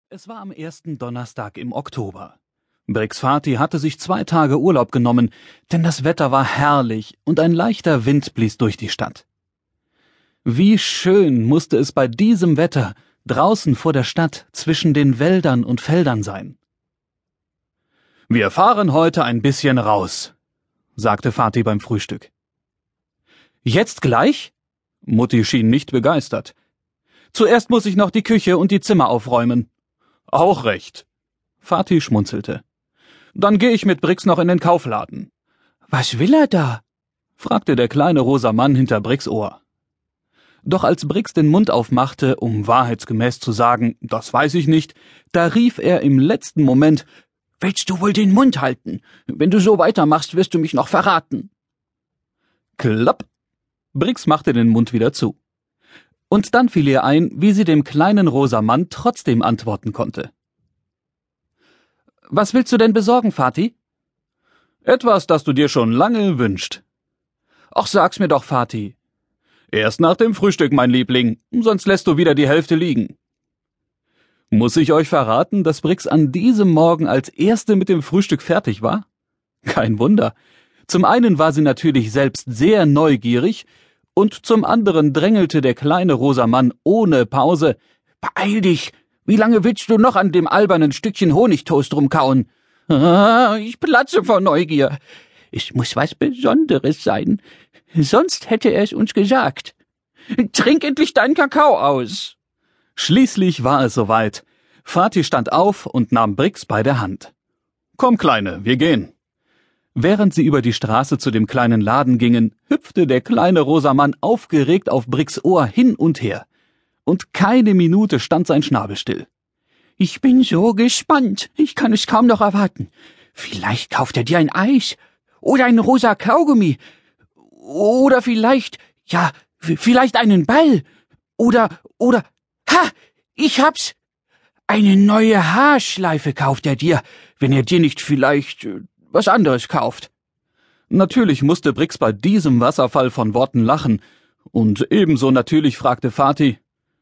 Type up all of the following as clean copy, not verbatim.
Es war am ersten Donnerstag im Oktober. Brix Vati hatte sich 2 Tage Urlaub genommen, denn das Wetter war herrlich und ein leichter Wind blies durch die Stadt. Wie schön musste es bei diesem Wetter draußen vor der Stadt zwischen den Wäldern und Feldern sein. »Wir fahren heute ein bisschen raus«, sagte Vati beim Frühstück. »Jetzt gleich?« Mutti schien nicht begeistert. »Zuerst muss ich noch die Küche und die Zimmer aufräumen.« »Auch recht.« Vati schmunzelte. »Dann gehe ich mit Brix noch in den Kaufladen.« »Was will er da?« fragte der kleine rosa Mann hinter Brix Ohr. Doch als Brix den Mund aufmachte, um wahrheitsgemäß zu sagen, das weiß ich nicht, da rief er im letzten Moment, »Willst du wohl den Mund halten? Wenn du so weitermachst, wirst du mich noch verraten.« Klapp! Brix machte den Mund wieder zu. Und dann fiel ihr ein, wie sie dem kleinen rosa Mann trotzdem antworten konnte. »Was willst du denn besorgen, Vati?« »Etwas, das du dir schon lange wünscht.« »Ach, sag's mir doch, Vati.« »Erst nach dem Frühstück, mein Liebling, sonst lässt du wieder die Hälfte liegen.« Muss ich euch verraten, dass Brix an diesem Morgen als Erste mit dem Frühstück fertig war? Kein Wunder. Zum einen war sie natürlich selbst sehr neugierig, und zum anderen drängelte der kleine rosa Mann ohne Pause, »Beeil dich! Wie lange willst du noch an dem albernen Stückchen Honigtoast rumkauen? Ich platze vor Neugier. Es muss was Besonderes sein. Sonst hätte er es uns gesagt. Trink endlich deinen Kakao aus!« Schließlich war es soweit. Vati stand auf und nahm Brix bei der Hand. »Komm, Kleine, wir gehen.« Während sie über die Straße zu dem kleinen Laden gingen, hüpfte der kleine rosa Mann aufgeregt auf Brix Ohr hin und her. Und keine Minute stand sein Schnabel still. »Ich bin so gespannt, ich kann es kaum noch erwarten. Vielleicht kauft er dir ein Eis oder ein rosa Kaugummi oder vielleicht einen Ball oder, ha, ich hab's! Eine neue Haarschleife kauft er dir, wenn er dir nicht vielleicht was anderes kauft.« Natürlich musste Brix bei diesem Wasserfall von Worten lachen, und ebenso natürlich fragte Vati,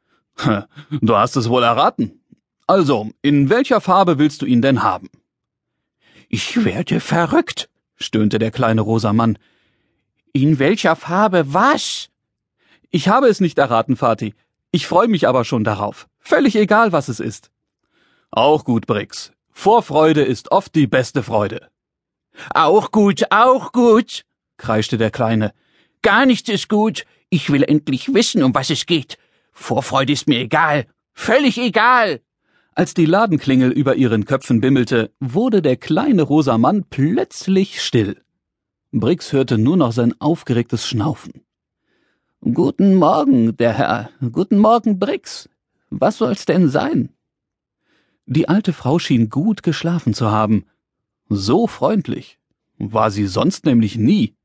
»Du hast es wohl erraten. Also, in welcher Farbe willst du ihn denn haben?« »Ich werde verrückt«, stöhnte der kleine rosa Mann. »In welcher Farbe was?« »Ich habe es nicht erraten, Vati. Ich freue mich aber schon darauf. Völlig egal, was es ist.« »Auch gut, Brix. Vorfreude ist oft die beste Freude.« »Auch gut, kreischte der Kleine. »Gar nichts ist gut. Ich will endlich wissen, um was es geht. Vorfreude ist mir egal. Völlig egal.« Als die Ladenklingel über ihren Köpfen bimmelte, wurde der kleine rosa Mann plötzlich still. Brix hörte nur noch sein aufgeregtes Schnaufen. »Guten Morgen, der Herr. Guten Morgen, Brix. Was soll's denn sein?« Die alte Frau schien gut geschlafen zu haben. So freundlich war sie sonst nämlich nie.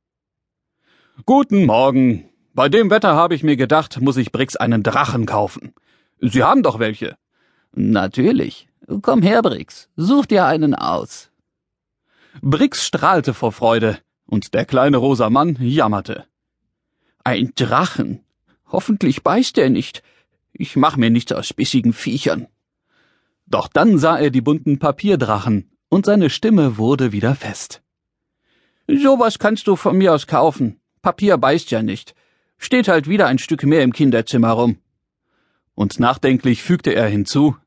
»Guten Morgen. Bei dem Wetter habe ich mir gedacht, muss ich Brix einen Drachen kaufen. Sie haben doch welche?« »Natürlich. Komm her, Brix. Such dir einen aus.« Brix strahlte vor Freude, und der kleine rosa Mann jammerte. »Ein Drachen. Hoffentlich beißt er nicht. Ich mach mir nichts aus bissigen Viechern.« Doch dann sah er die bunten Papierdrachen, und seine Stimme wurde wieder fest. »Sowas kannst du von mir aus kaufen. Papier beißt ja nicht. Steht halt wieder ein Stück mehr im Kinderzimmer rum.« Und nachdenklich fügte er hinzu,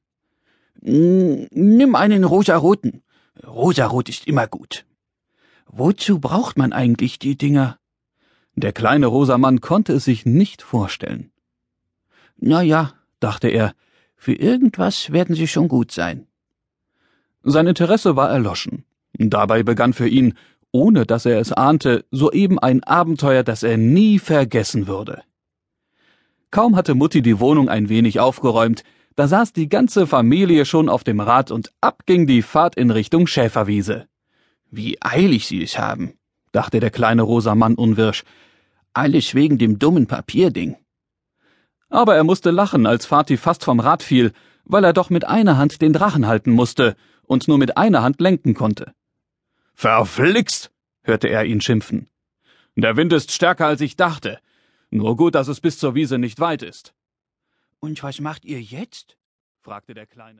»Nimm einen rosaroten. Rosarot ist immer gut. Wozu braucht man eigentlich die Dinger?« Der kleine rosa Mann konnte es sich nicht vorstellen. »Na ja«, dachte er, »für irgendwas werden sie schon gut sein.« Sein Interesse war erloschen. Dabei begann für ihn, ohne dass er es ahnte, soeben ein Abenteuer, das er nie vergessen würde. Kaum hatte Mutti die Wohnung ein wenig aufgeräumt, da saß die ganze Familie schon auf dem Rad und ab ging die Fahrt in Richtung Schäferwiese. »Wie eilig sie es haben«, dachte der kleine rosa Mann unwirsch. »Alles wegen dem dummen Papierding.« Aber er musste lachen, als Vati fast vom Rad fiel, weil er doch mit einer Hand den Drachen halten musste und nur mit einer Hand lenken konnte. »Verflixt«, hörte er ihn schimpfen. »Der Wind ist stärker, als ich dachte. Nur gut, dass es bis zur Wiese nicht weit ist.« »Und was macht ihr jetzt?« fragte der Kleine.